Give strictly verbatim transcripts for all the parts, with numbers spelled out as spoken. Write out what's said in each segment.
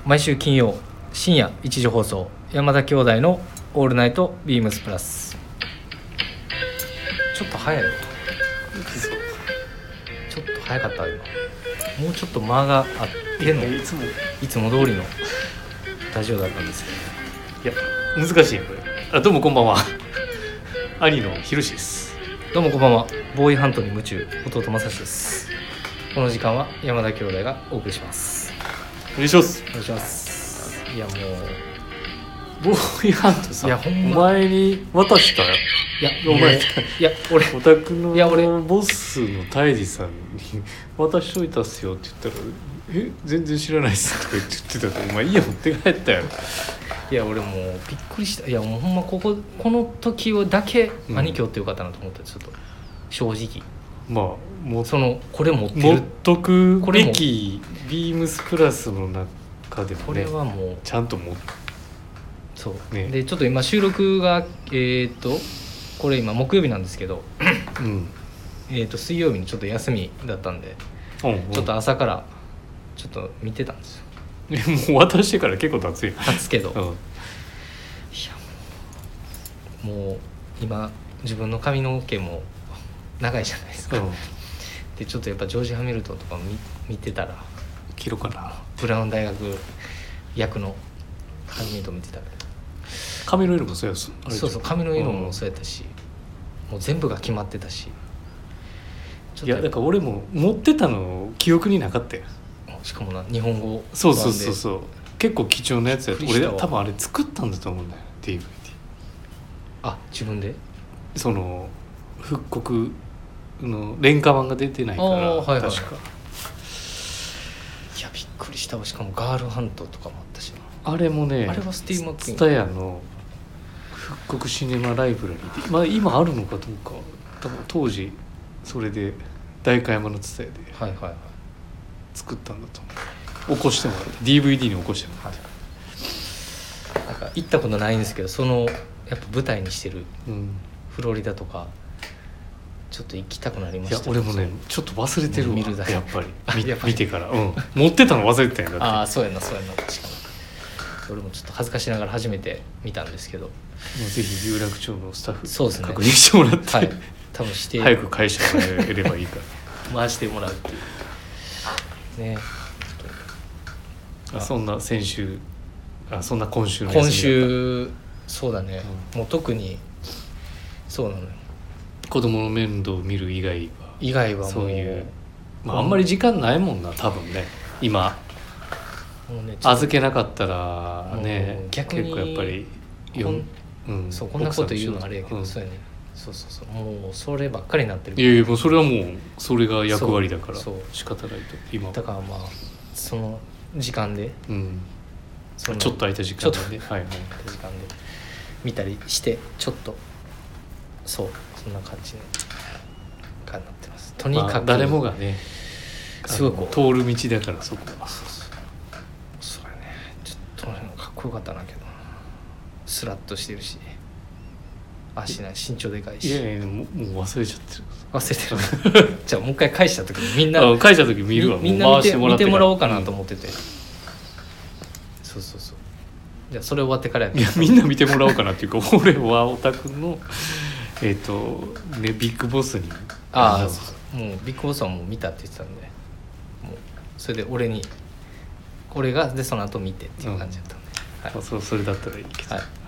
毎週金曜深夜いちじ放送、山田兄弟のオールナイトビームスプラス。ちょっと早いわ。ちょっと早かった今。もうちょっと間があってのいつもいつも通りのラジオだったんですけど、いや難しいよこれ。あ、どうもこんばんは。兄のひろしです。 どうもこんばんは。ボーイハントに夢中、弟まさしです。この時間は山田兄弟がお送りします。 お願いします。 お願いします。いやもうボーイハントさ、 いやほんまお前に渡したよ。 いやお前いや俺お宅のいや俺ボスの泰治さんに渡しといたっすよって言ったら、え全然知らないっすとか言ってたから、お前家持って帰ったよ。 いや俺もうびっくりした。いやもうほんまこここの時をだけうん兄貴おってよかったなと思った。ちょっと正直まあもうそのこれ持って持っるとくこれもべきビームスプラスの中でもこね、 れはもうちゃんと持っそう、 ねでちょっと今収録がえー、っとこれ今木曜日なんですけどうんえーっと水曜日にちょっと休みだったんで、 うんうん、 ちょっと朝からちょっと見てたんですよ。 もう渡してから結構経つよ。 経つけど、 うんいやもうもう今自分の髪の毛も長いじゃないですか、 うん、 でちょっとやっぱジョージ・ハミルトンとか 見, 見てたら切ろうかな。 ブラウン大学役のハミルトン見てたら髪の色もそうやつ。 そうそう髪の色もそうやったし、うん、もう全部が決まってたし、ちょっといやだから俺も持ってたの記憶になかったよ。 しかもな日本語そうそうそうそう結構貴重なやつやった。俺びっくりしたわ多分あれ作ったんだと思うんだよ ディーブイディー。 あ自分でその復刻の廉価版が出てないから、 あ、はいはい、 確かいやびっくりしたわ。しかもガールハントとかもあったしな。 あれもね、 あれはスティーブ・マックイーンツタヤの復刻シネマライブラリーで、まあ、今あるのかどうか多分当時それで代官山のツタヤではいはいはい作ったんだと思う。起こしてもらって ディーブイディー に起こしてもらって、 はい、なんか行ったことないんですけど、そのやっぱ舞台にしてるうんフロリダとかちょっと行きたくなりまいやした。 俺もねちょっと忘れてるわ。 見るだけやっぱりみやっぱり見てから、うん、持ってたの忘れてたんやだって。 ああそうやなそうやな確かに。俺もちょっと恥ずかしながら初めて見たんですけど、 もうぜひ有楽町のスタッフそうですね確認してもらって、 はい多分して早く返してもらえればいいから回してもらうっていうね。 あそんな先週あそんな今週の休みだった。 今週そうだね、うん、もう特にそうなのよ。 子供の面倒を見る以外は以外はもうそういう、まあ、あんまり時間ないもんな多分ね今もうね預けなかったらね逆に結構やっぱりよん、うん、 そうこんなこと言うのあれやけど、 うん、 そうやねそうそうそうもうそればっかりになってる。 いやいやもうそれはもうそれが役割だからそうそう仕方ないと今だからまあその時間で、 うん、 そのちょっと空いた時間で、 ね、 はいはい、 時間で見たりしてちょっとそうそんな感じの感になってます。とにかく、 まあ、誰もがねすごいこう通る道だからそこはそうそうそうやねちょっとかっこよかったなけどスラッとしてるし足ない身長でかいし。 いやいやもうもう忘れちゃってる。 忘れてるじゃあもう一回返した時にみんな返した時見るわ。 みんな見て見てもらおうかなと思ってて、うん、そうそうそうじゃあそれ終わってからやったいやみんな見てもらおうかなっていうか俺はオタクのえっ、ー、とねビッグボスにああそうそうもうビッグボスはもう見たって言ってたんでもうそれで俺に俺がでその後見てっていう感じだったんで、 うんはいまあ、そ, それだったらいいけど、 はいはい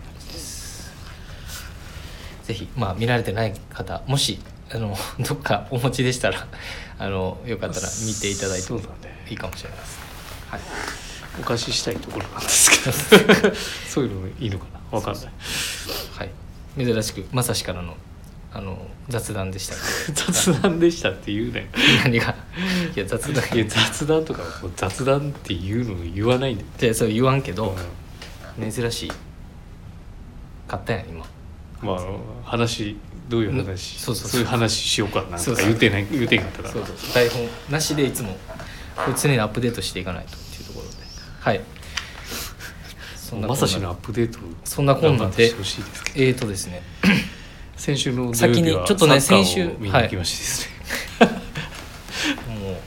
ぜひまあ見られてない方もしあのどっかお持ちでしたらあのよかったら見ていただいてもいいかもしれないですね。はい、 お貸ししたいところなんですけどそういうのいいのかなわかんない。 はい珍しくまさしからのあの雑談でした雑談でしたって言うね。 何がいや雑談いや雑談とか雑談っていうのを言わないんだよ。 じゃあそう言わんけど、 うん、 珍しい買ったやん今。 まあ話どういう話、 そうそうそうそういう話しようかなとか言うてない言うてんかったら、 そうそう台本なしでいつもこれ常にアップデートしていかないとっていうところで、はいそんなまさしのアップデートそんなこんなでしてほしいですけど、 えーとですね先週の土曜先に日はちょっとねサッカーを先週見に行きましてですね、 もう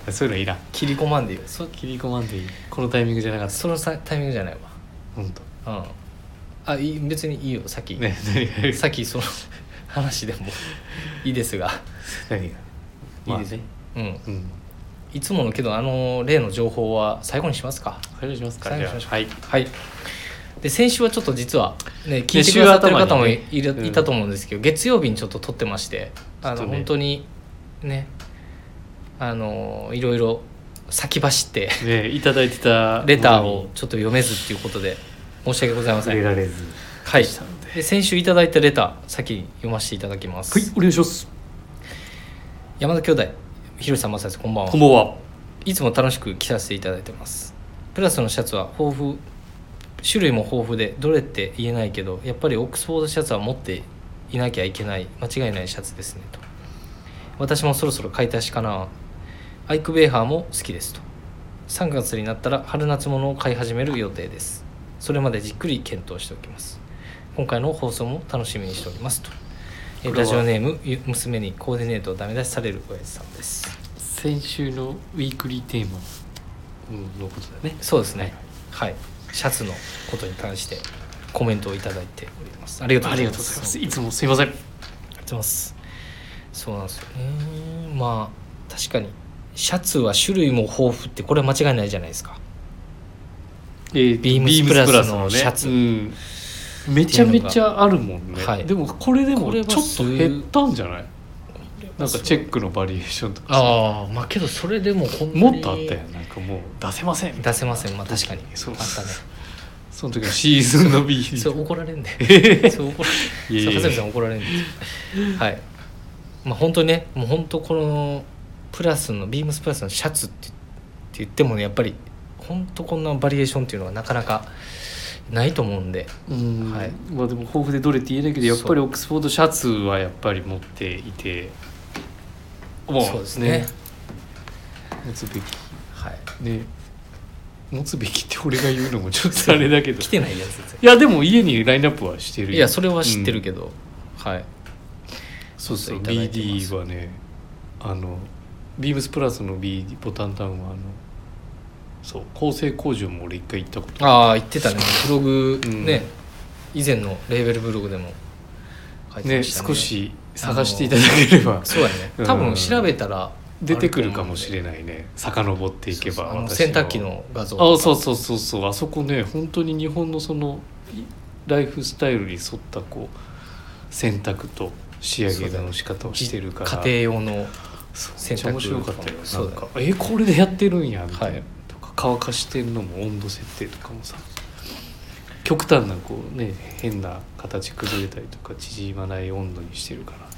そういうのいらん。 切り込まんでいいよ。そ切り込まんでいい。このタイミングじゃなかった。 そのさタイミングじゃないわ。 本当。 うんあいい別にいいよさっき、 ね何がさっきその話でもいいですが何がいいです、 ね。 うんうん。 いつものけどあの例の情報は最後にしますか。 最後にしますか。 最後にしましょうはい。 はいで先週はちょっと実はね聞いてくださってる方もい,、 週頭にねいたと思うんですけど、月曜日にちょっと撮ってましてあの、 ちょっとね本当にねあのいろいろ先走ってねいただいてたレターをちょっと読めずっていうことで申し訳ございません。 触れられずはいしたので。 で先週いただいたレター先に読ませていただきます。 はいお願いします。 山田兄弟ひろしさんまささんこんばんは。 こんばんは。 いつも楽しく着させていただいてます。プラスのシャツは豊富種類も豊富でどれって言えないけどやっぱりオックスフォードシャツは持っていなきゃいけない間違いないシャツですねと。私もそろそろ買い足しかな。アイクベーハーも好きですと。さんがつになったら春夏物を買い始める予定です。それまでじっくり検討しておきます。今回の放送も楽しみにしておりますと。えラジオネームゆ娘にコーディネートをダメ出しされる親父さんです。 先週のウィークリーテーマのことだね。 そうですねはい、シャツのことに関してコメントをいただいております。ありがとうありございまがとうございますす。いつもすいません。 ありがとうございます。そうなんですよね。まあ確かにシャツは種類も豊富ってこれは間違いないじゃないですか。 えービームスプラスのシャツ、 うんめちゃめちゃあるもんね。 はいでもこれでもこれはちょっと減ったんじゃない？なんかチェックのバリエーションとかさああまあけどそれでもほんもっとあったやん。なんかもう出せません。 出せません。まあ確かにそうあったね。 その時のシーズンのビールそれ怒られんでそう怒らいやいやいやそう長谷部さん怒られんではいまあ本当にねもう本当このプラスのビームスプラスのシャツってって言ってもねやっぱり本当こんなバリエーションっていうのはなかなかないと思うんで、 うんはいまあでも豊富でどれって言えないけどやっぱりオックスフォードシャツはやっぱり持っていてもそうですね持つべきはいね持つべきって俺が言うのもちょっとあれだけど来てないやつですいやでも家にラインナップはしてるよ。 いやそれは知ってるど、 けど、はいそうそういただいてますビーディー はねあのビームスプラスの ビーディー ボタンダウンはあのそう構成工場も俺一回行ったことああ言ってたねブログうんね、以前のレーベルブログでも書いてねましたね少し探していただければそうやねうん多分調べたら出てくるかもしれないね。遡っていけばそうそうあの私洗濯機の画像とかあそうそうそうそうあそこね本当に日本のそのライフスタイルに沿ったこう洗濯と仕上げの仕方をしてるから家庭用のそうめ洗濯っちゃ面白かったよ。 そうだねなんかえこれでやってるんやみたいな、 はいとか乾かしてんのも温度設定とかもさ極端なこうね変な形崩れたりとか縮まない温度にしてるから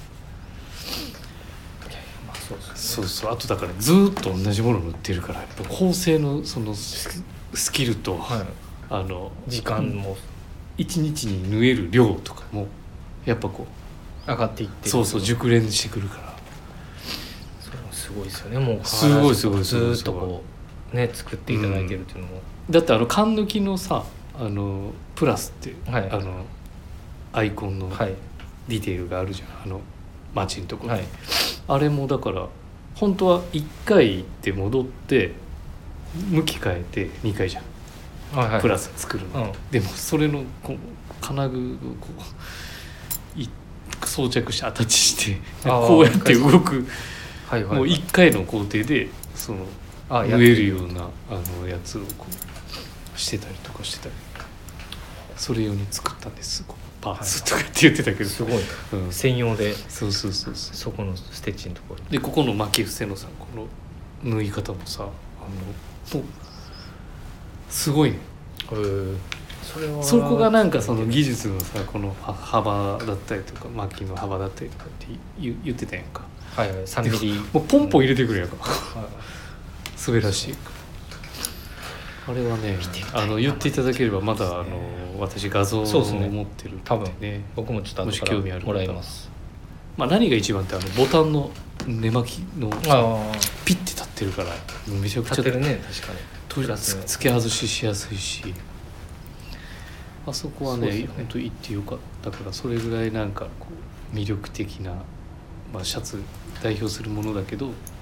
まあそうですねそうそうあとだからずーっと同じもの塗ってるからやっぱ構成のそのススキルと、 はいあの時間も一日に縫える量とかもやっぱこ上がっていってうそうそう熟練してくるからそれもすごいですよねもうすごいすごいすごいずーっとこうね作っていただいてるっていうのも、 だってあの缶抜きのさあのプラスって、 はいあのアイコンのはいディテールがあるじゃんあのマチのところに、 はいあれもだから本当はいっかい行って戻って向き変えてにかいじゃん、 はいはいプラス作るの、 うんでもそれのこう金具をこうい装着してアタッチしてあーこうやって動くはいはいもういっかいの工程でそのあ縫えるようなあのやつをこうしてたりとかしてたりそれ用に作ったんですこうパーツとかって言ってたけど、 すごいねうん、 専用でそうそうそうそうそこのステッチのところにでここの巻き伏せのさこの縫い方もさあのもうすごいねへーそれはそこがなんかその技術のさこのは幅だったりとか巻きの幅だったりとかって言言ってたやんかはいはいさんミリもうポンポン入れてくるやんかはい滑らしいあれはねあの言っていただければまだあの私画像をそうですね持ってるんで多分ね僕もちょっともし後からも興味ある方らいますまあ何が一番ってあのボタンの根巻きのあピッて立ってるからめちゃあくちゃ立ってるね確かに取りつ付け外ししやすいしあそこはねそうですよね本当行ってよかったからそれぐらいなんかこう魅力的な、まあ、シャツ代表するものだけど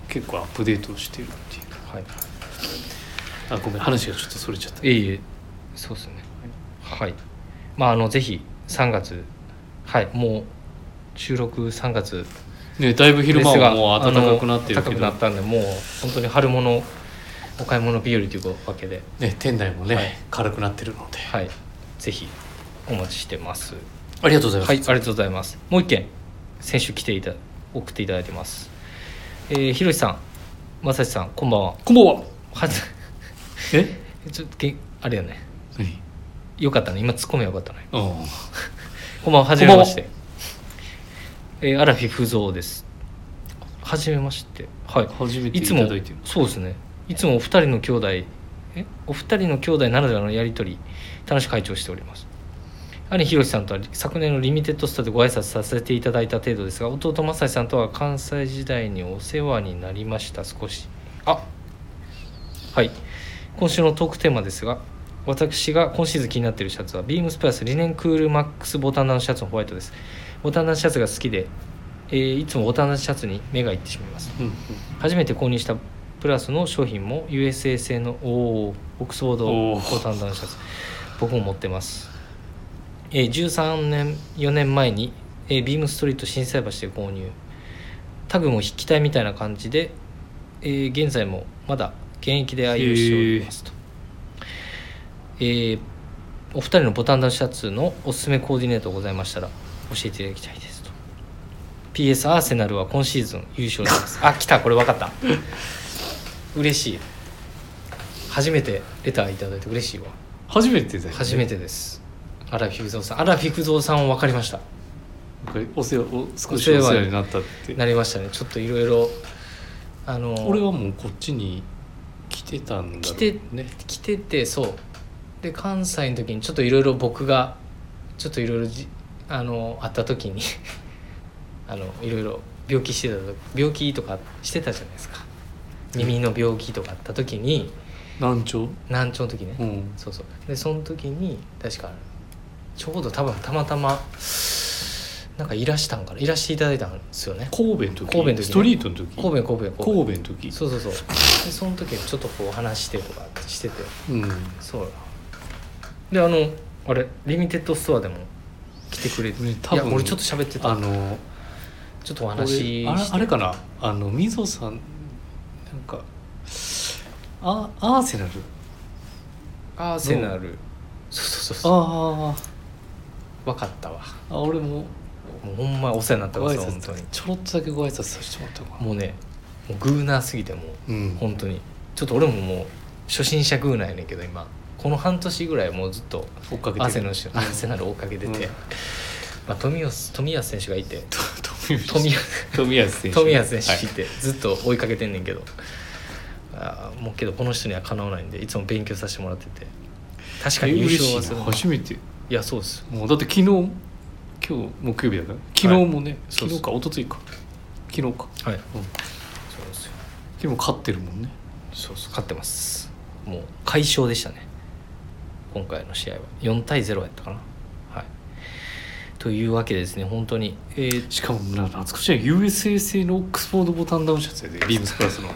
結構アップデートしてるっていう。 はい、 あごめん話がちょっとそれちゃった。 いえいえそうですねはい、まああのぜひさんがつはいもう収録さんがつね、だいぶ昼間はもう暖かくなってるけど、 暖かくなったんでもう本当に春物お買い物日和というわけで、 ね、店内もね、 はい、 軽くなってるので、 はい、ぜひお待ちしてます。 ありがとうございます。 はい、ありがとうございます。もう一件先週来ていた送っていただいてます。えー、ひろしさん、まさしさん、こんばんは。 こんばんは。 はえちょっとけあれやね。 何よかったね。今ツッコミはよかったね。 あこんばんは。はじめまして。えー、アラフィフゾウです。はじめまして。はい。 初めていただいてる。 いつもそうですね。いつもお二人の兄弟えお二人の兄弟ならではのやり取り楽しく拝聴しております。兄ひろしさんとは昨年のリミテッドスターでご挨拶させていただいた程度ですが、弟まさしさんとは関西時代にお世話になりました。少しあはい今週のトークテーマですが、私が今シーズン気になっているシャツはビームスプラスリネンクールマックスボタンダウンシャツのホワイトです。ボタンダウンシャツが好きで、えー、いつもボタンダウンシャツに目がいってしまいます、 うんうん、 初めて購入したプラスの商品も ユーエスエー 製のオックスフォードボタンダウンシャツ僕も持ってます。えー、じゅうさんねんよねんまえに、えー、ビームストリート心斎橋で購入、タグも筆記体みたいな感じで、えー、現在もまだ現役で愛用しておりますと、えー、お二人のボタンダウンシャツのおすすめコーディネートございましたら教えていただきたいですと。 ピーエス アーセナルは今シーズン優勝しますあ来たこれ分かった嬉しい、初めてレターいただいて嬉しいわ。 初めてだよね。 初めてです。アラフィフゾウさんアラフィフゾウさん分かりました。 お世話お少しお世話になったってなりましたね。ちょっといろいろあの俺はもうこっちに来てたんだろうね。 来て来ててそうで関西の時にちょっといろいろ僕がちょっといろいろあの会った時にあのいろいろ病気してた病気とかしてたじゃないですか。耳の病気とかあった時に難聴難聴の時ね、 うん、 そうそうでその時に確かちょうど多分たまたまなんかいらしたんかないらしていただいたんですよね。 神戸の時神戸の時、ね、 ストリートの時神戸神戸神戸の時そうそうそうでその時にちょっとこう話してとかしてて、 うん、 そうであのあれリミテッドストアでも来てくれて、ね、多分いや俺ちょっと喋ってたあのちょっとお話してあれ、あれかなあのみぞさんなんかあアーセナルアーセナルそうそうそうそうああ分かったわ。 あ俺ももうほんまお世話になってます本当にちょろっとだけご挨拶させてもらったかもうねもうグーナーすぎてもう、うん、本当にちょっと俺ももう初心者グーナーやねんけど今この半年ぐらいもうずっと追っかけてアーセナルアーセナル追っかけてて、うんまあ、富安富安選手がいて富安富安選手富安選手いて、はい、ずっと追いかけてんねんけどあもうけどこの人にはかなわないんでいつも勉強させてもらってて確かに優勝はする初めていやそうですもうだって昨日今日木曜日だから昨日もね、はい、昨日か一昨日か昨日かはい、うん、そうですよでも勝ってるもんね。 そうそう勝ってますもう快勝でしたね今回の試合はよんたいゼロやったかな。はいというわけでですね本当に、 えー、しかも懐かしい ユーエスエー 製のオックスフォードボタンダウンシャツやでビームスプラスの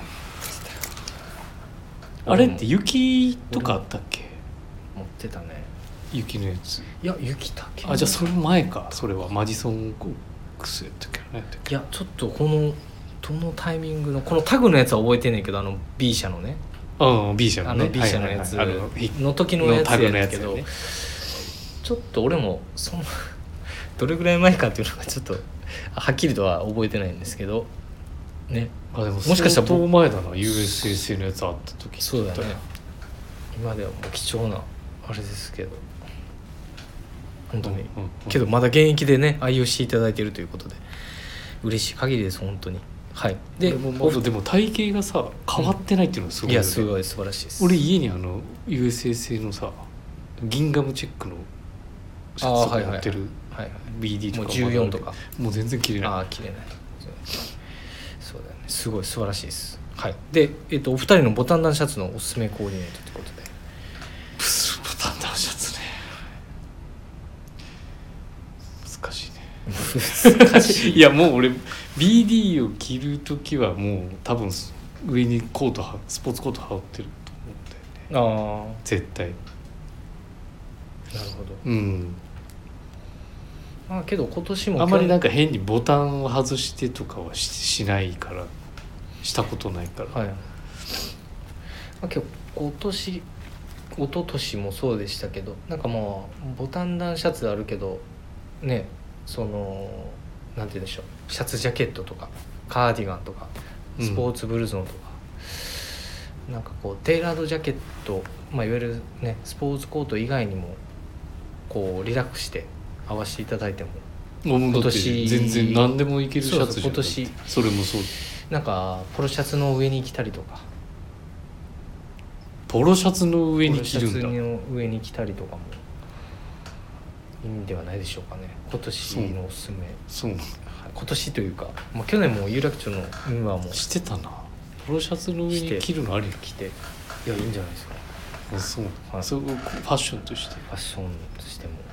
あれって雪とかあったっけ。 持ってたね雪のやつ。 いや雪だけあじゃあそれ前か。それはマジソンコックスやったっけね。 いやちょっとこのどのタイミングのこのタグのやつは覚えてんねんけどあの B 社のねああ B 社のねあの B 社のやつの時のやつやねんけど、ね、ちょっと俺もそのどれぐらい前かっていうのがちょっとはっきりとは覚えてないんですけどね。 あでももしかしたら相当前だな ユーエスエー 製のやつあった時。 そうだね今ではもう貴重なあれですけど本当に、うんうんうん、けどまだ現役でね愛用していただいているということで嬉しい限りです本当に。はいでもまだでも体型がさ変わってないっていうのがすごい、ね、 いやすごい素晴らしいです。 俺家にあの ユーエスエー 製のさギンガムチェックのシャツとか持ってる ビーディー とかもうじゅうよんとかもう全然着れない。 ああ着れないそうだよねすごい素晴らしいです。はいで、えっと、お二人のボタンダウンシャツのおすすめコーディネートということでボタンダウンシャツね難しいね難しいいやもう俺ビーディー を着るときはもう多分上にコートはスポーツコート羽織ってると思うんだよね。 ああ絶対。 なるほど。 うんまあけど今年もあんまりなんか変にボタンを外してとかは し, しないからしたことないから、 はい。まあ、けど今年一昨年もそうでしたけど、なんかもうボタンダウンシャツあるけどね、そのなんて言うんでしょう、シャツジャケットとかカーディガンとかスポーツブルゾンとか、うん、なんかこうテーラードジャケット、まあ、いわゆるねスポーツコート以外にもこうリラックスして合わせていただいても、 もう今年全然何でもいけるシャツじゃん。 そうそう今年それもそう。 なんかポロシャツの上に着たりとか、 ポロシャツの上に着るんだ。 ポロシャツの上に着たりとかもいいんではないでしょうかね。今年のおすすめ。 そう。 はい、今年というか、まあ、去年も有楽町のメンバーもしてたな。ポロシャツの上に着るのあり着て、いやいいんじゃないですか。 あ、そう、はい、そうファッションとしてファッションとしても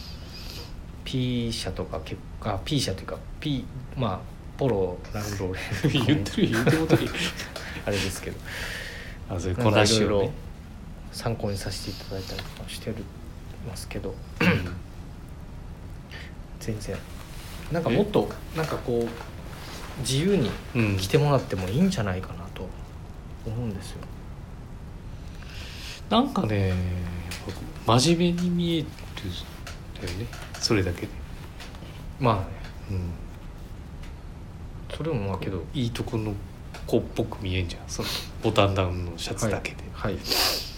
P 社とか結あ P 社というか P まあポロランローレン言ってる言ってることにあれですけど、 あそういうこなしをね参考にさせていただいたりとかしてるますけど、うん、全然なんかもっとなんかこう自由に着てもらってもいいんじゃないかなと思うんですよ。 なんかね真面目に見えるんだよね、それだけで。 まあね、 うん、 それもまあけどいいとこの子っぽく見えんじゃん、そのボタンダウンのシャツだけで、 はいはい、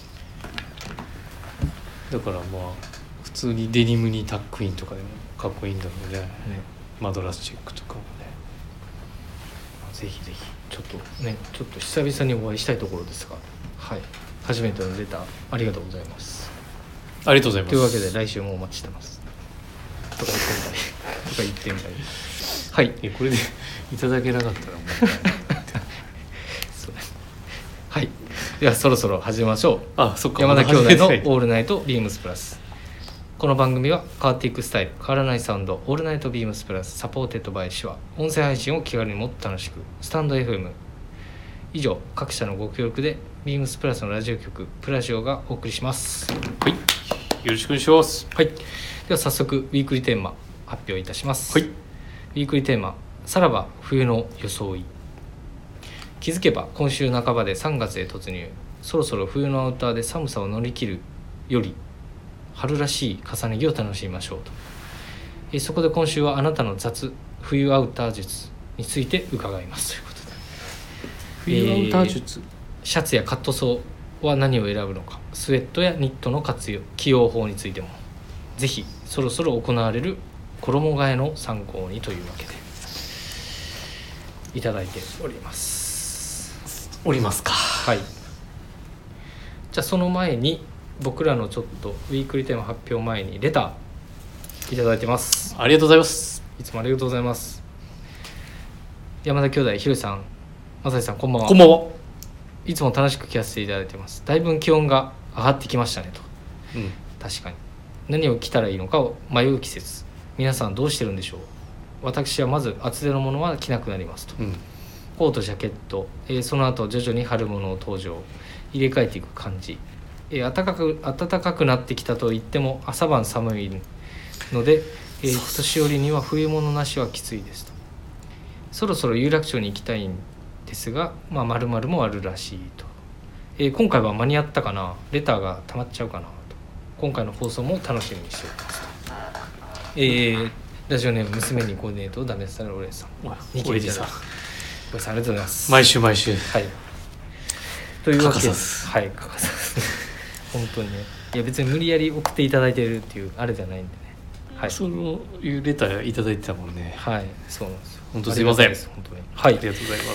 だからまあ普通にデニムにタックインとかでもかっこいいんだろうね、ねマドラスチェックとかもね。 ぜひぜひちょっとねちょっと久々にお会いしたいところですが、はい、初めてのレターありがとうございます。 ありがとうございます。 というわけで来週もお待ちしてますとか言ってみたりとか言ってみたりはい、 えこれでいただけなかったらもうそうはい、ではそろそろ始めましょう。 あ、そっか。 山田兄弟のオールナイトビームスプラス。この番組は変わっていくスタイル変わらないサウンドオールナイトビームスプラスサポーテッドバイシュア、音声配信を気軽にもっと楽しくスタンド エフエム 以上各社のご協力でビームスプラスのラジオ局プラジオがお送りします。 はい、よろしくお願いします。 はい、では早速ウィークリーテーマ発表いたします。 はい、 ウィークリーテーマ、さらば冬の装い。気づけば今週半ばでさんがつへ突入。そろそろ冬のアウターで寒さを乗り切るより春らしい重ね着を楽しみましょうと。えそこで今週はあなたの雑冬アウター術について伺いますということで、 冬アウター術、 えー、シャツやカットソーは何を選ぶのか、スウェットやニットの活用起用法についてもぜひそろそろ行われる衣替えの参考にというわけでいただいておりますおりますか。 はい、じゃあその前に僕らのちょっとウィークリーテーマ発表前にレターいただいてます。 ありがとうございます。 いつもありがとうございます。山田兄弟、ひろしさん、まさしさん、こんばんは。 こんばんは。 いつも楽しく聞かせていただいてます。だいぶ気温が上がってきましたねと、うん、確かに何を着たらいいのかを迷う季節、皆さんどうしてるんでしょう。私はまず厚手のものは着なくなりますと、うん、コートジャケット、えー、その後徐々に春物を登場、入れ替えていく感じ、えー、暖かく暖かくなってきたと言っても朝晩寒いので、えー、年寄りには冬物なしはきついですと。そろそろ有楽町に行きたいんですが、まあ、〇〇もあるらしいと、えー、今回は間に合ったかな、レターが溜まっちゃうかなと、今回の放送も楽しみにしておりますと、えー、ラジオネーム娘にコーディネートをダメされるお礼さん、 ニキビさん、 お礼さんありがとうございます。 毎週毎週、 はい、というわけで、 欠かさず、 はい、欠かさず本当にね、いや別に無理やり送っていただいてるっていうあれじゃないんでね、はい、 そういうレターいただいてたもんね。 はい、そうなんですよ。 本当すいません。本当に、 はい、ありがとうございます。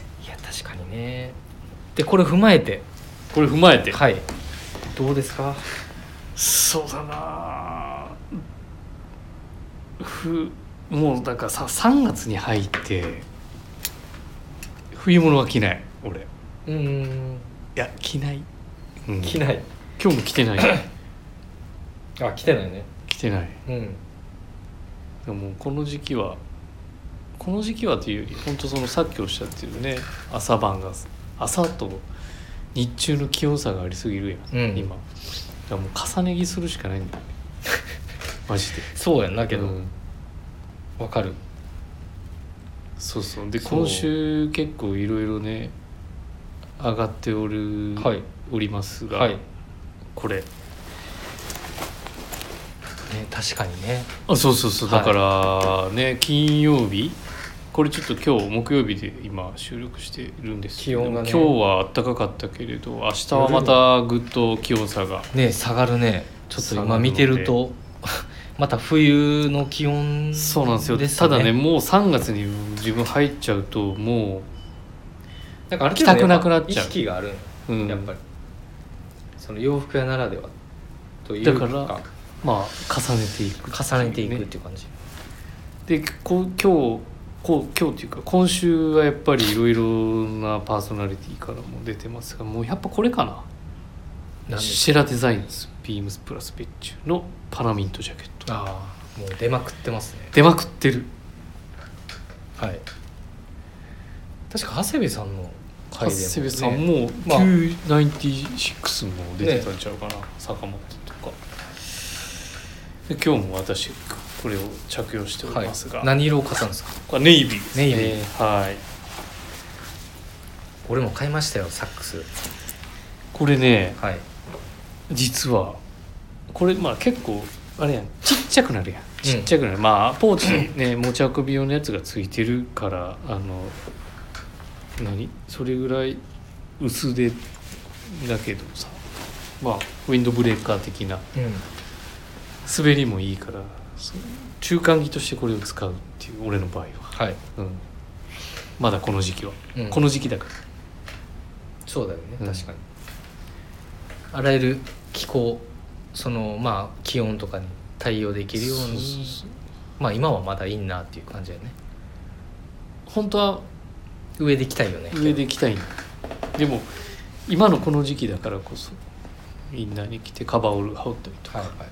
いや確かにね。でこれ踏まえて、 これ踏まえて、 はい、どうですか。 そうだな。ふもうだからささんがつに入って冬物は着ない。俺。うーん。 いや着ない。 うん、着ない。 今日も着てない。 あ、着てないね。 着てない。 うん。 でもこの時期はこの時期はというより本当そのさっきおっしゃってるね朝晩が朝と日中の気温差がありすぎるやん、うん、今だからもう重ね着するしかないんだよねマジでそうやんだけど、 うんわかる。 そうそうで今週結構いろいろね上がっておる、はい、おりますが、はい、これ、ね、 確かにねあそうそうそう、はい、だからね金曜日これちょっと今日木曜日で今収録してるんですけど、気温がね、今日は暖かかったけれど明日はまたぐっと気温差がね下がるね。ちょっと今見てるとまた冬の気温ですね。 そうなんですよ。ただねもうさんがつに自分入っちゃうともうなんかある程度やっぱ意識がある、うん、やっぱりその洋服屋ならではというか、 だからまあ重ねていく、 ね、重ねていくっていう感じでこう今日こう今日っていうか今週はやっぱりいろいろなパーソナリティからも出てますが、もうやっぱこれかな、シェラデザインズビームスプラス別注のパナミントジャケット。 ああもう出まくってますね。 出まくってる。 はい。確か長谷部さんの回でも、ね、長谷部さんも キューナインティシックス も出てたんちゃうかな、ね、坂本とかで今日も私これを着用しておりますが、 はい、何色を買ったんですか？ これネイビーですね。 ネイビー、 はい。 俺も買いましたよサックス。 これね、 はい、 実はこれまあ結構あれやん、ちっちゃくなるやん、ちっちゃくなる、うん、まあポーチね持ち運び用のやつがついてるからあの何それぐらい薄手だけどさ、まあウィンドブレーカー的な、うん、滑りもいいから中間着としてこれを使うっていう俺の場合は、 はい、 うん、まだこの時期は、うん、この時期だから。 そうだよね、うん、確かにあらゆる気候そのまあ気温とかに対応できるように、そうそうそう、まあ今はまだいいなっていう感じだよね。 本当は上で着たいよね。 上で着たい。でも今のこの時期だからこそインナーに着てカバーを羽織ったりとか、はいはい、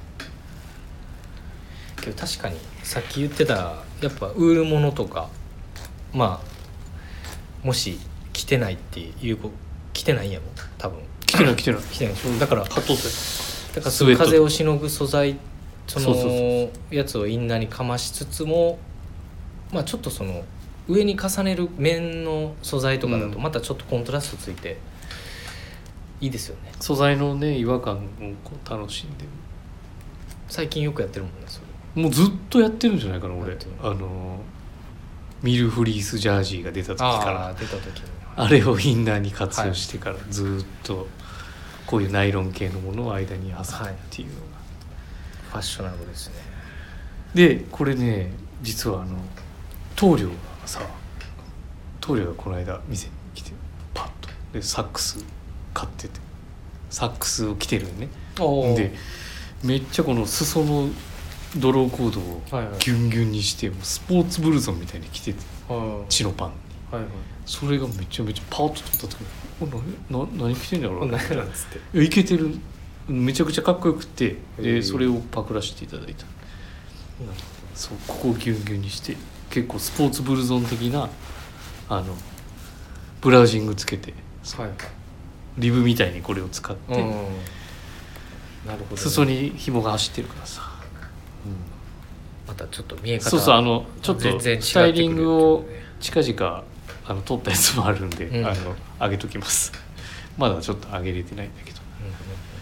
けど確かにさっき言ってたやっぱウールものとかまあもし着てないっていう着てないんやろ多分。 着てない着てない着てないだからカットだからその風をしのぐ素材そのやつをインナーにかましつつもまあちょっとその上に重ねる面の素材とかだとまたちょっとコントラストついていいですよね、 うん、素材のね違和感をこう楽しんで最近よくやってるもんねそれ。 もうずっとやってるんじゃないかな俺。あのミルフリースジャージーが出た時からあ出た時にあれをインナーに活用してからずっとこういうナイロン系のものを間に挟むっていうのが、はい、 ファッショナブルですね。 でこれね実はあの棟梁がさ棟梁がこの間店に来てパッとでサックス買っててサックスを着てるね。でめっちゃこの裾のドローコードをギュンギュンにして、はいはい、スポーツブルゾンみたいに着てて、はい、チノパンに、はいはい、それがめちゃめちゃパーッと取った時に何, 何, 何着てんだろうなっていけてるめちゃくちゃかっこよくてでそれをパクらせていただいた。そうここをギュンギュンにして結構スポーツブルゾン的なあのブラウジングつけて、はい、リブみたいにこれを使って、うん、なるほどね、裾に紐が走ってるからさ、 うん、またちょっと見え方そうそうあのちょっとスタイリングを近々あの撮ったやつもあるんで、うん、あの上げときますまだちょっと上げれてないんだけど、うんうん、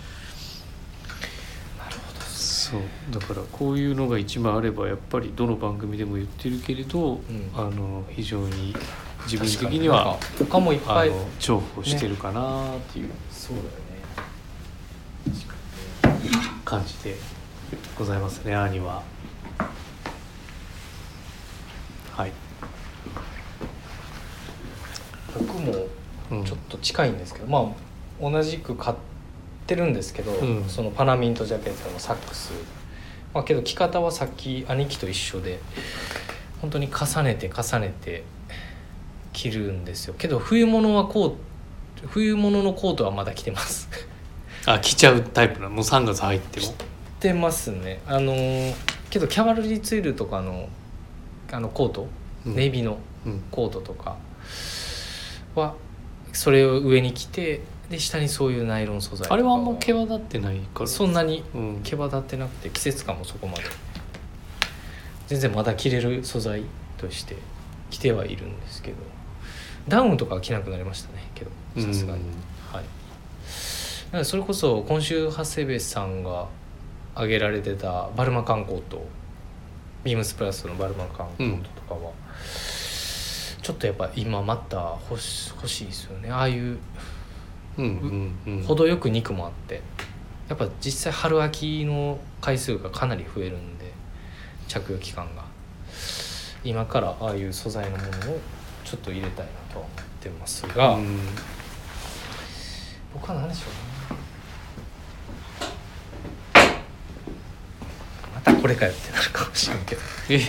なるほど、ね、そうだからこういうのが一枚あればやっぱりどの番組でも言ってるけれど、うん、あの非常に自分的には他もいっぱい重宝してるかなっていう、ね、 そうだよね感じでございますね兄は。はい僕もちょっと近いんですけど、うん、まあ同じく買ってるんですけど、うん、そのパナミントジャケットのサックス、まあ、けど着方はさっき兄貴と一緒で本当に重ねて重ねて着るんですよ。けど冬物はコート冬物のコートはまだ着てますあ着ちゃうタイプなのもうさんがつ入っても着てますね。あのけどキャバルリーツイルとかのあのコートうんネイビーのうんコートとかはそれを上に着て、で下にそういうナイロン素材とかあれはあんま毛羽立ってないからそんなにうん毛羽立ってなくて季節感もそこまで全然まだ着れる素材として着てはいるんですけど、ダウンとかは着なくなりましたねけどさすがに、はい。なのでそれこそ今週長谷部さんが挙げられてたバルマ缶コート、ビームスプラスのバルマ缶コートとかは、ちょっとやっぱ今また欲し、欲しいですよね。ああいううんうんうん程よく肉もあって、やっぱ実際春秋の回数がかなり増えるんで、着用期間が今からああいう素材のものをちょっと入れたいなとは思ってますが、 うん僕は何でしょうね、またこれかよってなるかもしれんけどえ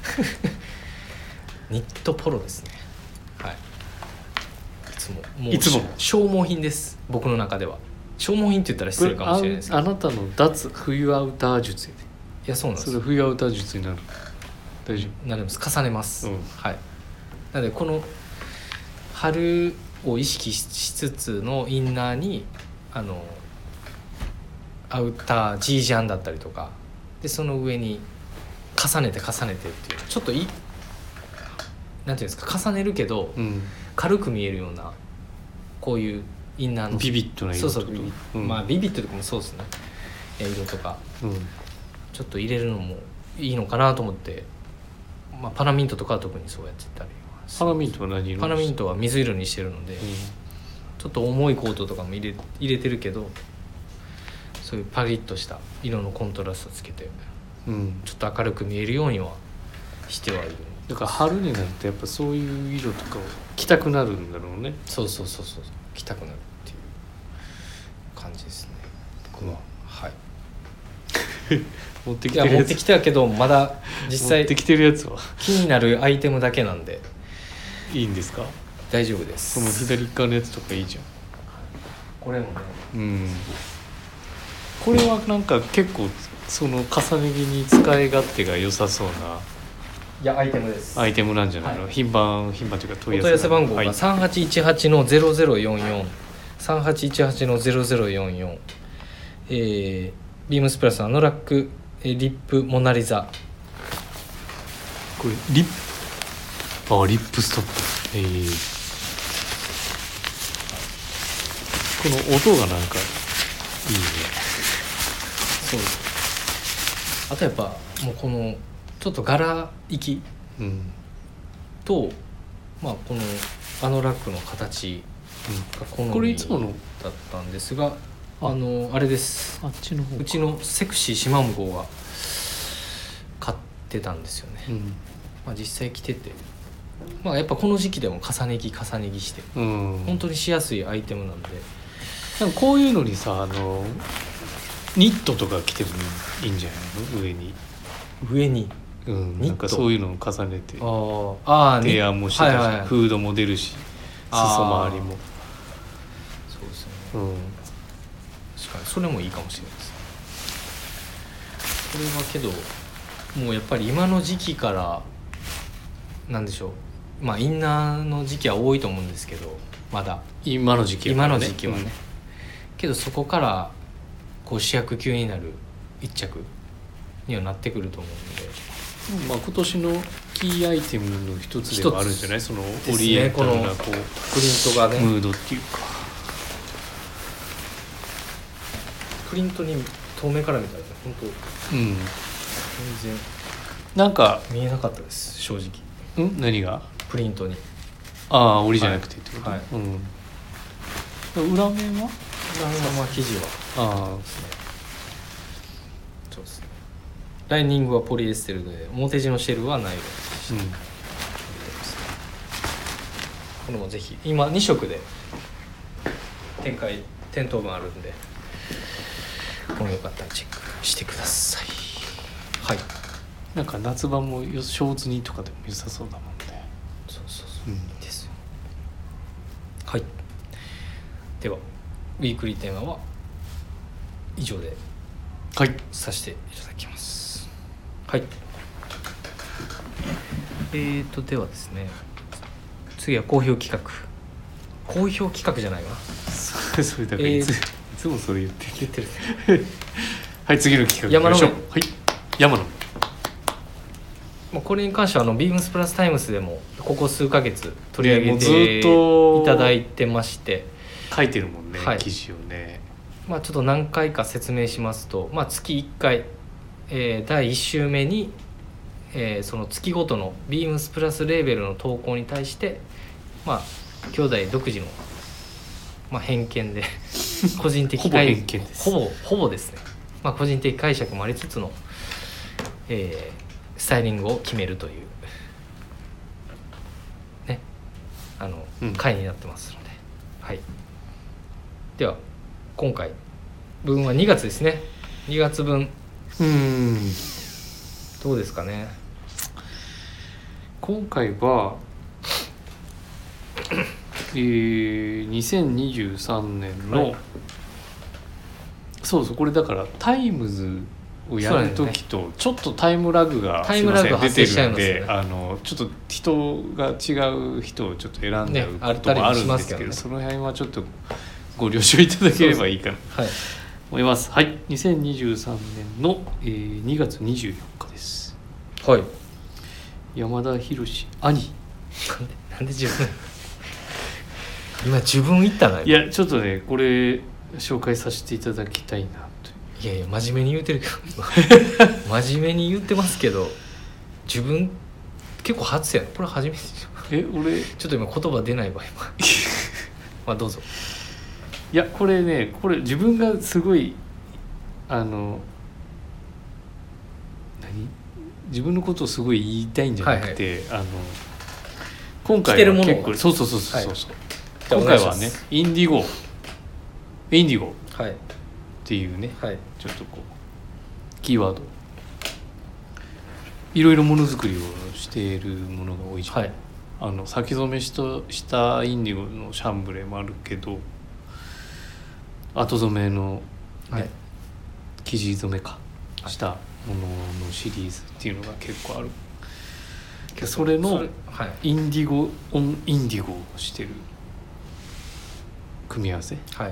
ニットポロですね。はい、いつももういつも消耗品です。僕の中では消耗品って言ったら失礼かもしれないですけど、 あなたの脱冬アウター術やで。 いやそうなんですよ。 それ冬アウター術になる。大丈なります。重ねます、 うんはい。なのでこの春を意識しつつのインナーにあのアウター G ジャンだったりとかで、その上に重ねて重ねてっていう、ちょっといなんていうんですか、重ねるけど夫。うん軽く見えるようなこういうインナーのビビッドな色そうそうビビッ、 うんまあビビットとかもそうですね、色とかうんちょっと入れるのもいいのかなと思って、まあ、パラミントとかは特にそうやってたりはする。 パラミントは何色？ パラミントは水色にしてるので、 うちょっと重いコートとかも入れ入れてるけど、そういうパリッとした色のコントラストつけてん、うんちょっと明るく見えるようにはしてはいる。 だから春になるとやっぱそういう色とかを着たくなるんだろうね。 そうそうそうそう、着たくなるっていう感じですね僕は、 うんはい。 持ってきいやてるやつ持ってきてたけどまだ実際持ってきてるやつは気になるアイテムだけなんでいいんですか？ 大丈夫です。 その左側のやつとかいいじゃん。 これもね、 うんこれはなんか結構その重ね着に使い勝手が良さそうないやアイテムです。 アイテムなんじゃないの、 はい品番品番というかお問い合わせ番号がさんはちいちはちのゼロゼロよんよん さんはちいちはちのゼロゼロよんよん、えー、ビームスプラスアノラックえーリップモナリザ、 これリップあリップストップえー、この音がなんかいいね。 そうです。あとやっぱもうこのちょっと柄行きうんと、まあ、このアノラックの形が好みこれいつものだったんですが、 ああのあれです、 あっちの方かうちのセクシー島向こうが買ってたんですよね、 うんまあ、実際着てて、まあ、やっぱこの時期でも重ね着重ね着してうん本当にしやすいアイテムなんで、 なんかこういうのにさあのニットとか着てもいいんじゃないの上に、 上にうん、 ニットなんかそういうのを重ねてあーあー提案もしてたし、 はいはいはい、 フードも出るし裾周りも、 そうですね、 うん、 確かにそれもいいかもしれないです。これはけどもうやっぱり今の時期からなんでしょう、まあインナーの時期は多いと思うんですけど、まだ今の時期やか今らねの時期はね、けどそこからこう主役級になる一着にはなってくると思うんで、 うんまあ、今年のキーアイテムの一つではあるんじゃない、そのすねオリエンタルなこのこうプリントがね、 ムードっていうか、 プリントに遠目から見たらね本当うん、 全然なんか見えなかったです正直。 ん何がプリントにああ折りじゃなくてってこと、 はいうん、裏面はまあ生地はあそうですね。ライニングはポリエステルで、表地のシェルはナイロンでしあ、 た、 うん、 これもぜひ今に色で展開店頭分あるんで、これよかったらチェックしてください。はい、 なんか夏場もよショーツにとかでも良さそうだもんね。 そうそうそう、 うんいいですよ。はい、ではウィークリーテーマは以上ではいさせていただきます。はい。 えーとではですね、次は好評企画好評企画じゃないかなそれそれだからいつ,、えー、いつもそれ言って言ってるはい次の企画山の上、 はい山の上、これに関してはあのビームスプラスタイムスでもここ数ヶ月取り上げね、 ていただいてまして書いてるもんね、 はい、 記事をね。 まあ、ちょっと何回か説明しますと、まあ、月いっかい、えー、だいいっ週目に、えー、その月ごとのビームスプラスレーベルの投稿に対して、まあ、兄弟独自の、まあ、偏見で個人的ほぼ偏見ですほぼほぼですね、まあ、個人的解釈もありつつの、えー、スタイリングを決めるというねあの、 うん、 回になってますので、はい、では今回分はにがつですね。にがつぶんうーんどうですかね。 今回はえー、にせんにじゅうさんねんの、はい、そうそうこれだからタイムズをやるときとちょっとタイムラグがタイムラグが発生しちゃいますよね。 出てるんで、あのちょっと人が違う人をちょっと選んじゃうこともあるんですけど、ね、その辺はちょっとご了承いただければいいかなと思います。はい、にせんにじゅうさんねんの、えー、にがつにじゅうよっかです。 はい。 山田博兄。 なんで自分今自分言ったな。 いやちょっとねこれ紹介させていただきたいなと。 いやいや真面目に言ってるけど真面目に言ってますけど自分結構初やね。これ初めてでしょ。 え俺ちょっと今言葉出ない場合もまあどうぞ。 いやこれねこれ自分がすごいあの何自分のことをすごい言いたいんじゃなくて、はいはい、あの今回は結構そうそうそうそうそう、はい、今回はねインディゴインディゴっていうね、はい、ちょっとこうキーワードいろいろものづくりをしているものが多いじゃん、はい、あの先染めしとしたインディゴのシャンブレーもあるけど後染めの、ねはい、生地染めかしたもののシリーズっていうのが結構ある。それのインディゴオンインディゴをしてる組み合わせ、はい、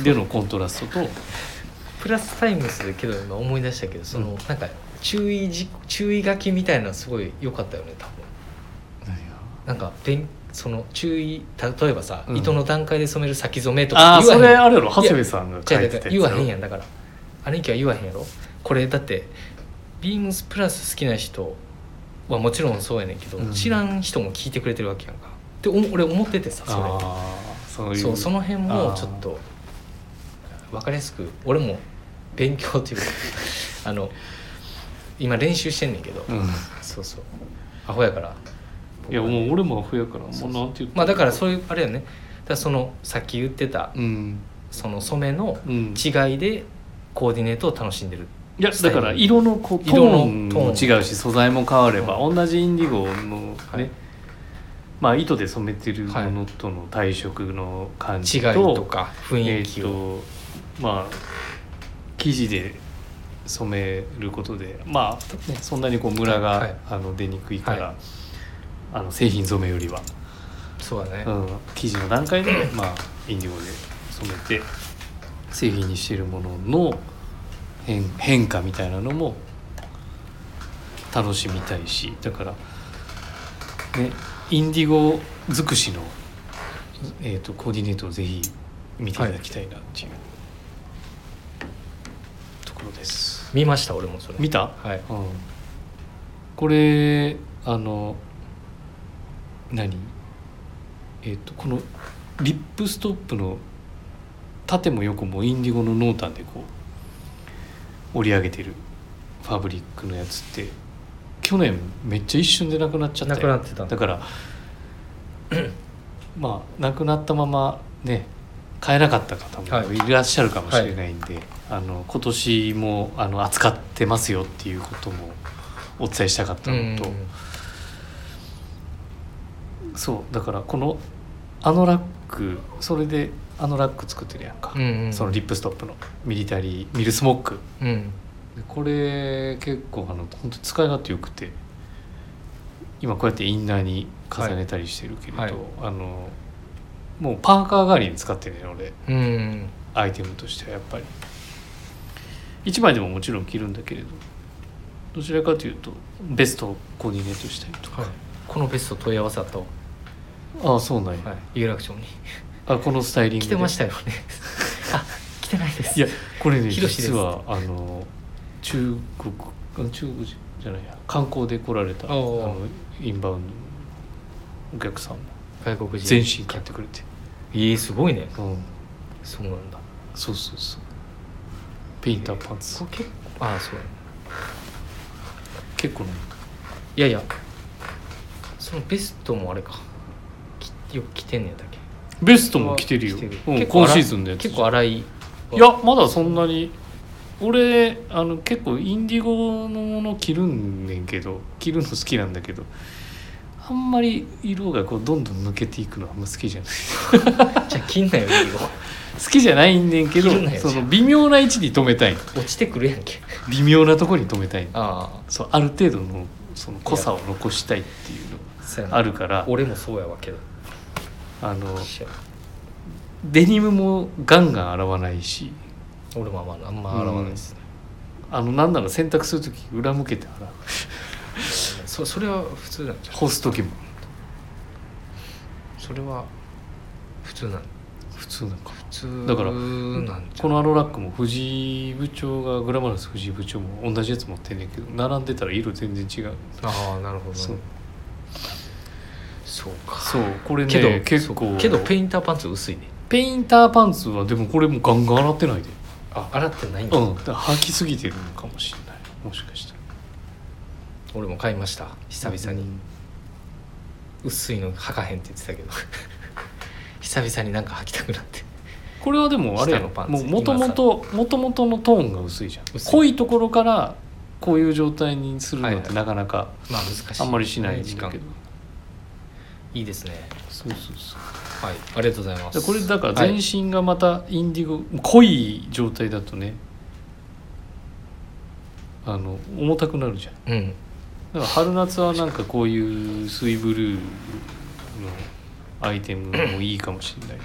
でのコントラストとプラスタイムスでけど今思い出したけどその、うん、なんか注意じ注意書きみたいなのすごい良かったよね多分。何やなんか勉その注意例えばさ、うん、糸の段階で染める先染めとか言わへん。あそれあれやろ長谷部さんが書いてたやつ言わへんやんだから兄貴は言わへんやろ。これだってビームスプラス好きな人はもちろんそうやねんけど、うん、知らん人も聞いてくれてるわけやんかって俺思っててさそれあそういうそうその辺もちょっと分かりやすく俺も勉強っていうかあの今練習してんねんけど、うん、そうそうアホやからいやもう俺もアホやからもうなんて言ってまあだからそういうあれよね。だからそのさっき言ってた、うん、その染めの違いでコーディネートを楽しんでる。 いやだから色のこうトーンも違うし素材も変われば、うん、同じインディゴのね、はい、まあ糸で染めてるものとの対色の感じと、 はい、違いとか雰囲気を、えー、とまあ生地で染めることでまあ、ね、そんなにこうムラが、はい、あの出にくいから、はい、あの製品染めよりはそうだね、 うん、生地の段階で、まあ、インディゴで染めて製品にしているものの 変, 変化みたいなのも楽しみたいしだからねインディゴ尽くしの、えーと、コーディネートをぜひ見ていただきたいなっていう、はい、ところです。 見ました俺もそれ見た、 はい、 うん、これあの何えっ、ー、とこのリップストップの縦も横もインディゴの濃淡でこう織り上げてるファブリックのやつって去年めっちゃ一瞬でなくなっちゃったよ。 なくなってた。 だからまあなくなったままね買えなかった方もいらっしゃるかもしれないんで、はい、あの今年もあの扱ってますよっていうこともお伝えしたかったのと、そうだからこのあのラックそれであのラック作ってるやんか、うんうん、そのリップストップのミリタリーミルスモック、うん、これ結構あの本当に使い勝手よくて今こうやってインナーに重ねたりしてるけれど、 はいあのもうパーカー代わりに使ってるね俺、 うんアイテムとしてはやっぱりいちまいでももちろん着るんだけれど、どちらかというとベストをコーディネートしたりとか、 はい、このベスト問い合わせあったわ、 ああそうなんや、 はい、有楽町にあこのスタイリングで着てましたよねあ着てないですいやこれねヒロシです実はあの中国あ中国じゃないや観光で来られたあおーのインバウンドのお客さんも外国人全身買ってくれて、 ええすごいね、 うん、 そうなんだ。 そうそうそうペインターパンツこれ結構ああそうやね、 結構ねいやいやそのベストもあれかきよく着てんねやったっけ。 ベストも着てるよ、 着てるうん、 結構今シーズンのやつ結構粗い。 いやまだそんなに俺あの結構インディゴのもの着るんねんけど着るの好きなんだけどあんまり色がこうどんどん抜けていくのはあんま好きじゃないじゃあ着んなよいいよ好きじゃないんねんけど着るなよその微妙な位置に止めたい落ちてくるやんけ。 微妙なところに止めたいあそうある程度のその濃さを残したいっていうのあそうやがあるから俺もそうやわけどあのデニムもガンガン洗わないし俺もあんまあんま洗わないですね、 あのなんなら洗濯する時裏向けて洗うそそれは普通なんじゃん。 干す時もそれは普通なん普通なんか普通だからなんじゃん。 このアロラックも藤井部長がグラマラス藤井部長も同じやつ持ってんねんけど並んでたら色全然違うああなるほど、ね、 そうそうか。 そうこれけどね結構そうけどペインターパンツ薄いね。 ペインターパンツはでもこれもガンガン洗ってないであ洗ってないんだ、 うんだから履きすぎてるのかもしれないもしかしたら俺も買いました久々に、 うん薄いの履かへんって言ってたけど久々になんか履きたくなってこれはでもあれやろ下のパンツもともともともとのトーンが薄いじゃん薄い濃いところからこういう状態にするのってはいはいなかなかまあ難しいあんまりしないん時間だけど、 いいですね。 そうそうそうはいありがとうございます。 でこれだから全身がまたインディゴ、濃い状態だとねあの重たくなるじゃん。 うんだから春夏はなんかこういう薄いブルーのアイテムもいいかもしれない。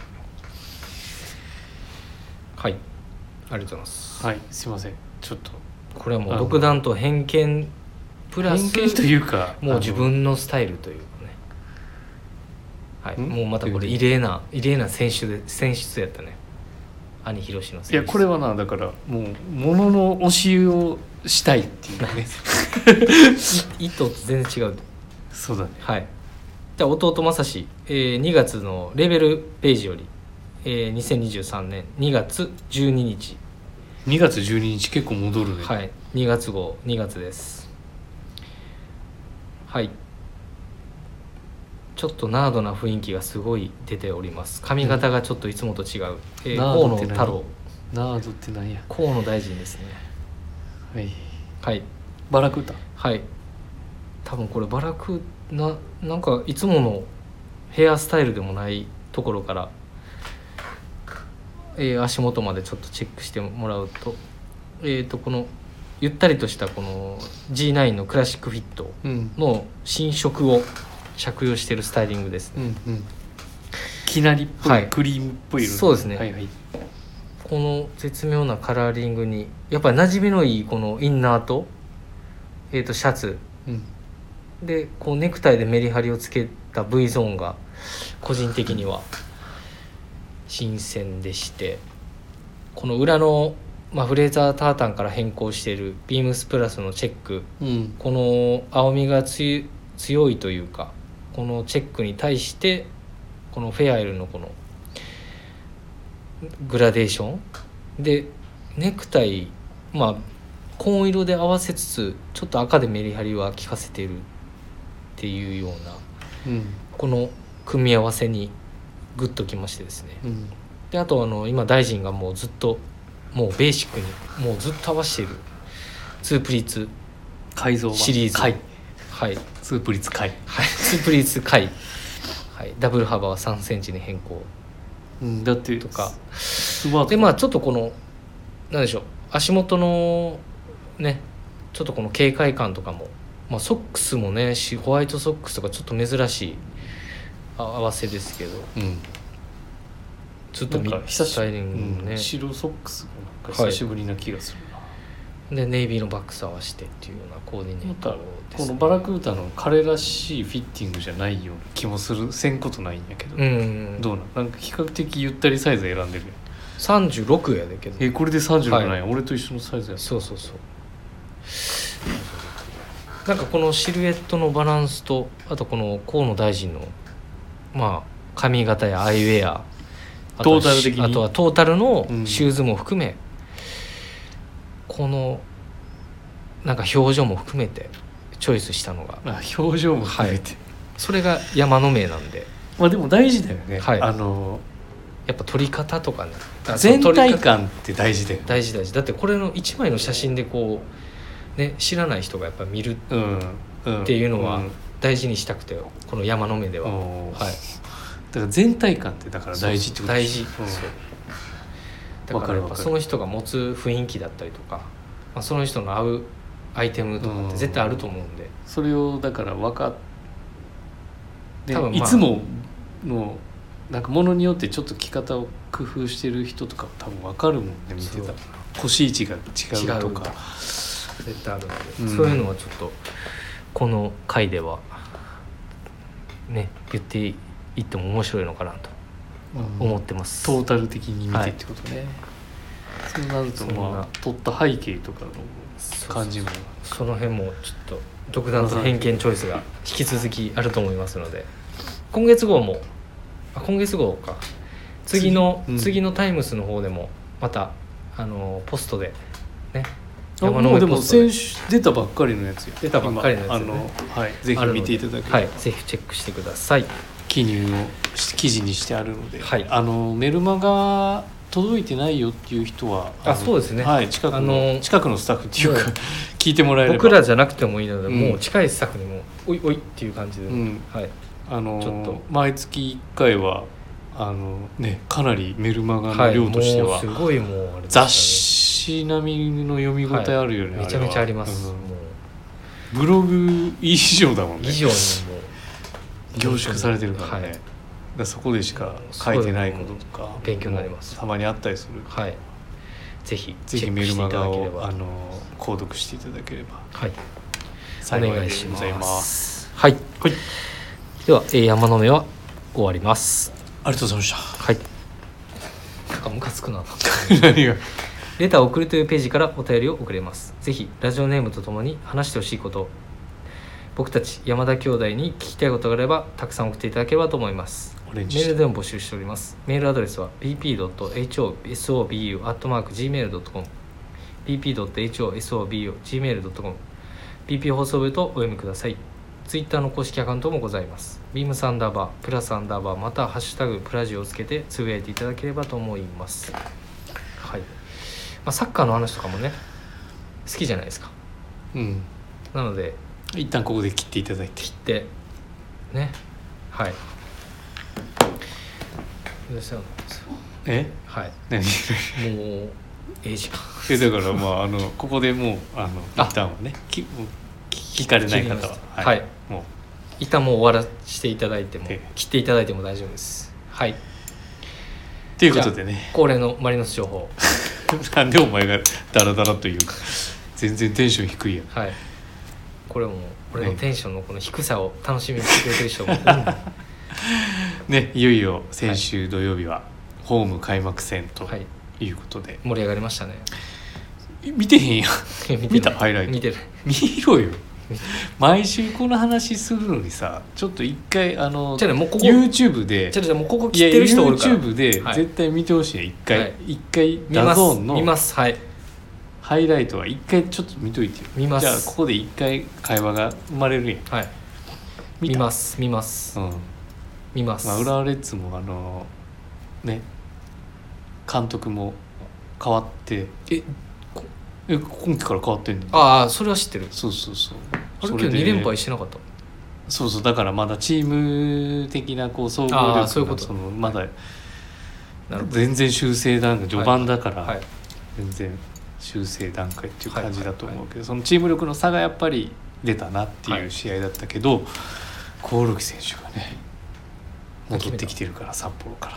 はいありがとうございます。 はいすいませんちょっとこれはもう独断と偏見プラス偏見というかもう自分のスタイルというかね。はいんもうまたこれ異例な異例な選手で選出やったね。兄ひろしの選出。 いやこれはなだからもう物の教えをしたいっていうね意図と全然違う。 そうだねはい。じゃあ弟正志、えー、にがつのレベルページより、えー、にせんにじゅうさんねんにがつじゅうににち、 にがつじゅうににち結構戻るね。 はい、にがつ号にがつです。はい。ちょっとナードな雰囲気がすごい出ております。髪型がちょっといつもと違う、えー、河野ナードって何太郎、 ナードって何や。 河野大臣ですね。 はいはいバラクータはい。多分これバラクななんかいつものヘアスタイルでもないところから、えー足元までちょっとチェックしてもらうと、えー、とこのゆったりとしたこの ジーナイン のクラシックフィットうんの新色を着用しているスタイリングですね。 うんうんきなりっぽい、 はいクリームっぽい色そうですねはいはいこの絶妙なカラーリングにやっぱり馴染みのいいこのインナーと,、えー、とシャツうんでこうネクタイでメリハリをつけた V ゾーンが個人的には新鮮でして、この裏の、まあ、フレーザータータンから変更しているビームスプラスのチェック、 うんこの青みがつい強いというかこのチェックに対してこのフェアエルのこのグラデーションでネクタイまあ紺色で合わせつつちょっと赤でメリハリは効かせているっていうようなうんこの組み合わせにグッときましてですね。 うんであとあの今大臣がもうずっともうベーシックにもうずっと合わせているツープリーツ改造版シリーズ回はいツープリッツ回はいツープリーツ回はいダブル幅はさんセンチに変更うんだってとかスマートでまあちょっとこのなんでしょう足元のねちょっとこの軽快感とかもまあ、ソックスもねしホワイトソックスとかちょっと珍しいあ合わせですけど、 うんずっとミなんか久しスタイリングもね、 うん白ソックスもなんか久しぶりな気がするな、 でネイビーのバックス合わせてっていうようなコーディネートなんかです、ね、 このバラクータの彼らしいフィッティングじゃないような気もするせんことないんやけど、 うんうんどうなんなんか比較的ゆったりサイズ選んでるやん。 さんじゅうろくやでけどえこれでさんじゅうろくなんや、 は俺と一緒のサイズやん。 そうそうそうなんかこのシルエットのバランスとあとこの河野大臣のまあ髪型やアイウェアあとはトータル的にあとはトータルのうんシューズも含め、このなんか表情も含めてチョイスしたのがあ表情も含めて、 それが山の名なんでまあでも大事だよね、 はいあのやっぱ撮り方とかねあ全そう撮り方体感って大事だよね。 大事大事だってこれのいちまいの写真でこうね知らない人がやっぱ見るうんうんっていうのはん大事にしたくてこの山の目では、 うんはいだから全体感ってだから大事ってこと大事、 うんそうだわかからるわかるやっぱその人が持つ雰囲気だったりとか、まあ、その人の合うアイテムとかって絶対あると思うんで、 それをだから分かっで、 多分まあいつものなんかものによってちょっと着方を工夫してる人とか多分分かるもんね見てたら腰位置が違うとか絶対あるので、 うんそういうのはちょっとこの回ではね言っていっても面白いのかなと思ってます、 トータル的に見てってことね、そうなるとそんなまあ撮った背景とかの感じもその辺もちょっと独断と偏見チョイスが引き続きあると思いますので、今月号もあ今月号か次の次うん次のタイムスの方でもまたあのポストでねあ山のもうでも上ポストで先週出たばっかりのやつよ出たばっかりのやつよね今あの、はい、ぜひ見ていただければ、 はい、ぜひチェックしてください。 記入をし記事にしてあるので、 はいあのメルマが届いてないよっていう人はあそうですねはい、近くの、 あの近くのスタッフっていうか、 はい聞いてもらえれば僕らじゃなくてもいいので、 うんもう近いスタッフにもおいおいっていう感じで、 うんはい、 あのちょっと毎月いっかいはあの、ね、かなりメルマガのはい、 量としては、 もうすごいもうあれでしたね雑誌並みの読み応えあるよね、 めちゃめちゃあります、 うんもブログ以上だもんねう以上にもう凝縮されてるからね、 はいだからそこでしか書いてないこととか勉強になりますたまにあったりする、 はい、ぜひぜひチェックしていたメルマガだければをあの購読していただければはい、お幸いで願いしまございますす。はい、 はい、 では、えー山の目は終わります。 ありがとうございましはい。なんかムカつくな。 た何がレターを送るというページからお便りを送れます。ぜひラジオネームとともに話してほしいこと、僕たち山田兄弟に聞きたいことがあればたくさん送っていただければと思います。 オレンジメールでも募集しております。メールアドレスは ビーピードットエイチオーエスオービーユーアットマークジーメールドットコム ビーピードットエイチオーエスオービーユージーメールドットコム ビーピー 放送部とお読みください。ツイッターの公式アカウントもございます。ビームサンダーバープラスアンダーバーまたはハッシュタグプラジオをつけてつぶやいていただければと思います。はい。まあ、サッカーの話とかもね好きじゃないですか。 うんなので一旦ここで切っていただいて切ってねはいうるさいなんですよえはい何もうええ時間えだからまああのここでもうあのあ一旦はねきもう聞かれない方ははいはいもう一旦もう終わらせていただいてもええ切っていただいても大丈夫です。はいということでね恒例のマリノス情報なんでお前がダラダラというか全然テンション低いやんはいこれも俺のテンションのこの低さを楽しみにしてくれてる人もいるんでねいよいよ先週土曜日はホーム開幕戦とはいいうことで、 盛り上がりましたね。 見てへんやん見てない見たハイライト見てる見ろよ毎週この話するのにさちょっと一回あのじゃあねもうここ YouTube でじゃあじゃあもうここ切ってる人おるから YouTube ではい絶対見てほしい一回、 はい一回見ますダゾーンの見ますはいハイライトは一回ちょっと見といてよ見ますじゃあここで一回会話が生まれるやんはい見た見ます見ますうん見ます、 まあ、浦和レッズもあのね監督も変わってええ今期から変わってんのああそれは知ってる。 そうそうそうあれ今それで日に連敗してなかったそうそうだからまだチーム的なこう総合あ力がーそういうことそのまだなるほど全然修正段階序盤だから、 はい全然修正段階っていう感じだと思うけど、そのチーム力の差がやっぱり出たなっていう試合だったけど、はい、興梠選手がね戻ってきてるから札幌から、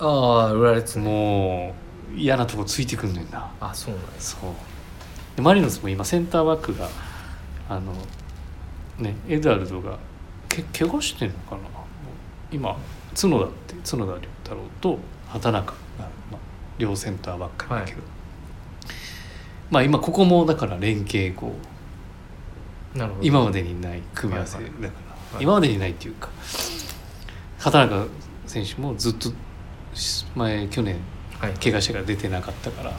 ああ浦列、ね、 もう嫌なとこついてくんねんな。 あそうなんです。 そうでマリノスも今センターバックがあのねエドワルドがけ怪我してんのかな今角田って角田太郎と畑中が、まあ、両センターバックだけど、はい、まあ今ここもだから連携こうなるほど今までにない組み合わせだから、はいはい、今までにないっていうか畑中選手もずっと前去年怪我してから出てなかったから、はい、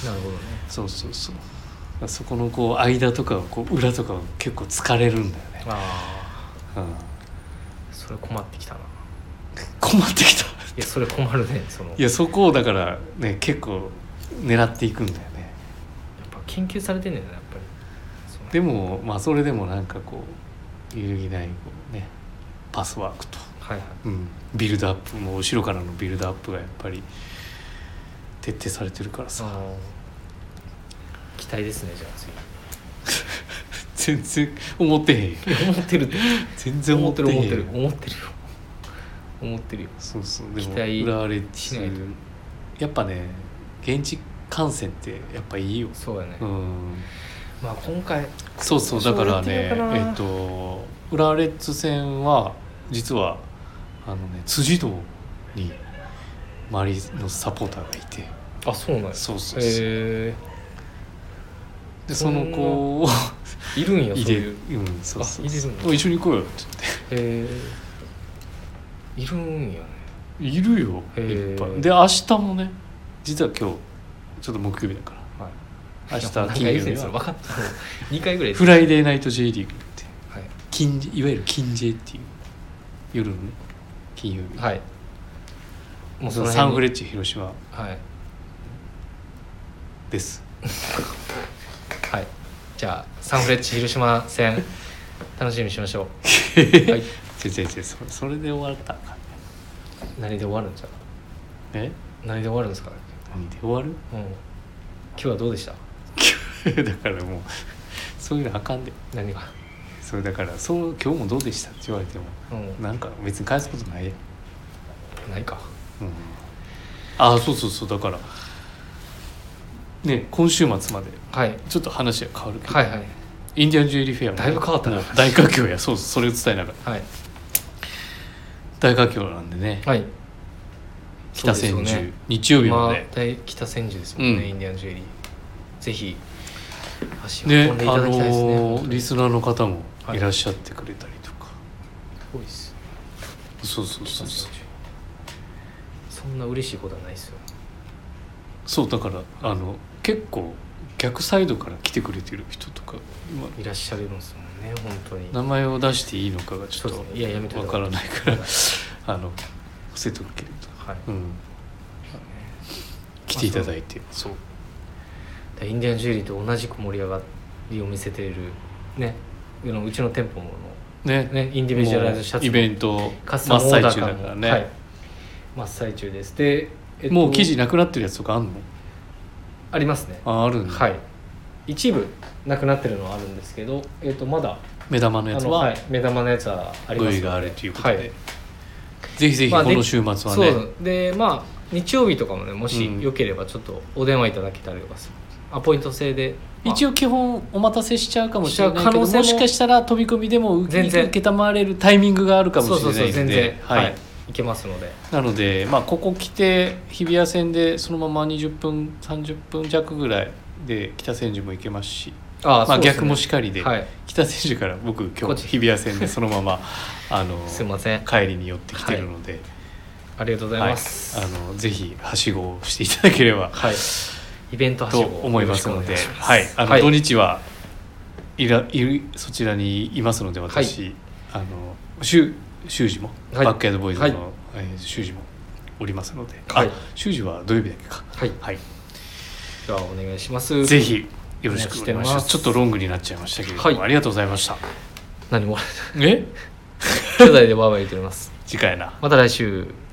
なるほどね。 そうそうそうそこのこう間とかこう裏とか結構疲れるんだよね。 ああ、 うん、 それ困ってきたな。 困ってきた。いやそれ困るね。そのいやそこをだからね結構狙っていくんだよね。やっぱ研究されてんねんなやっぱり。でもまあそれでもなんかこう揺るぎないこうねパスワークと、 はいはいうん、ビルドアップも後ろからのビルドアップがやっぱり徹底されてるからさ。 期待ですねじゃあ次。全然思ってへん。 思ってるって。 全然思ってへん。 思ってる思ってるよ。思ってるよ。 そうそうでも期待浦和レッズやっぱね現地観戦ってやっぱいいよ。 そうやね。 うん。 まあ今回そうそうだからねえっと浦和レッズ戦は実はあのね辻堂にマリノスサポーターがいて。 あそうなんや。 そうそうそう。 へでその子をいるんやそういう。 うんそうそう。 あ入れるんだ。 一緒に行こうよって言って。へえ。いるんやね。 いるよいっぱいで明日もね実は今日ちょっと木曜日だから、はい、明日金曜日は分かったにかいぐらいフライデーナイト J リーグって、 はい、 金いわゆる金 J っていう夜のね金曜日、 はい、 もうそのサンフレッチェ広島、 はい、 ですはいじゃあサンフレッチェ広島戦楽しみにしましょうはい先生先生それで終わったかね。 何で終わるんじゃえ何で終わるんですか。 何で終わる、うん、 今日はどうでしただからもうそういうのあかんで。 何がそれだからそう今日もどうでしたって言われても、うん、なんか別に返すことないやんないか、 うん、ああそうそうそうだからね今週末までちょっと話は変わるけど、 はいはい、 インディアンジュエリーフェアもだいぶ変わったな大佳境やそうそれを伝えながら、はい、大佳境なんでね、 はい、 北千住、ね、日曜日まで、 まあ、北千住ですもんね、うん、インディアンジュエリーぜひ足を運んでいただきたいですね。 ね、あのー、リスナーの方もいらっしゃってくれたりとか、はい、 多いです。 そうそうそうそう。 そんな嬉しいことはないですよ。 そうだからあの結構逆サイドから来てくれてる人とかいらっしゃるんですもんね本当に。 名前を出していいのかがちょっとわからないからあの伏せとくけれど、はいうん、来ていただいて、まあ、そうインディアンジュエリーと同じく盛り上がりを見せているねうちの店舗のねねインディビジュアライズシャツイベント真っ最中だからね、はい、 真っ最中ですで、 えっと、もう生地なくなってるやつとかあんの？ ありますね。 ああるんだ。 はい一部なくなってるのはあるんですけど、えっと、まだ目玉のやつは、はい、 目玉のやつはありますのでご意があるということで、はい、ぜひぜひこの週末はね、まあ、 そうでまあ日曜日とかもねもしよければちょっとお電話いただけたりとかする、うん、アポイント制で、 まあ、一応基本お待たせしちゃうかもしれないけどもしかしたら飛び込みでも受けたまれるタイミングがあるかもしれないので、そうそうそう全然、はいはい、 いけますので、 なので、まあ、ここ来て日比谷線でそのままにじゅっぷんさんじゅっぷん弱ぐらいで北千住も行けますし、ああまあ、逆もしかりで、はい、北千住から僕今日日比谷線でそのままあのすいません帰りに寄ってきてるので、はい、 ありがとうございます、 はい、あのぜひはしごをしていただければ、 はい、イベントはしごと思いますので、はい、あの、はい、土日はいらいるそちらにいますので私、はい、あの修二も、はい、バックヤードボーイズの、はいえー、修二もおりますので、はい、あ修二は土曜日だけかはい、はい、ではお願いします。 ぜひよろしくお願いします。ちょっとロングになっちゃいましたけれども、はい、ありがとうございました。 何もえ兄弟でワーワー言っております。 次回なまた来週。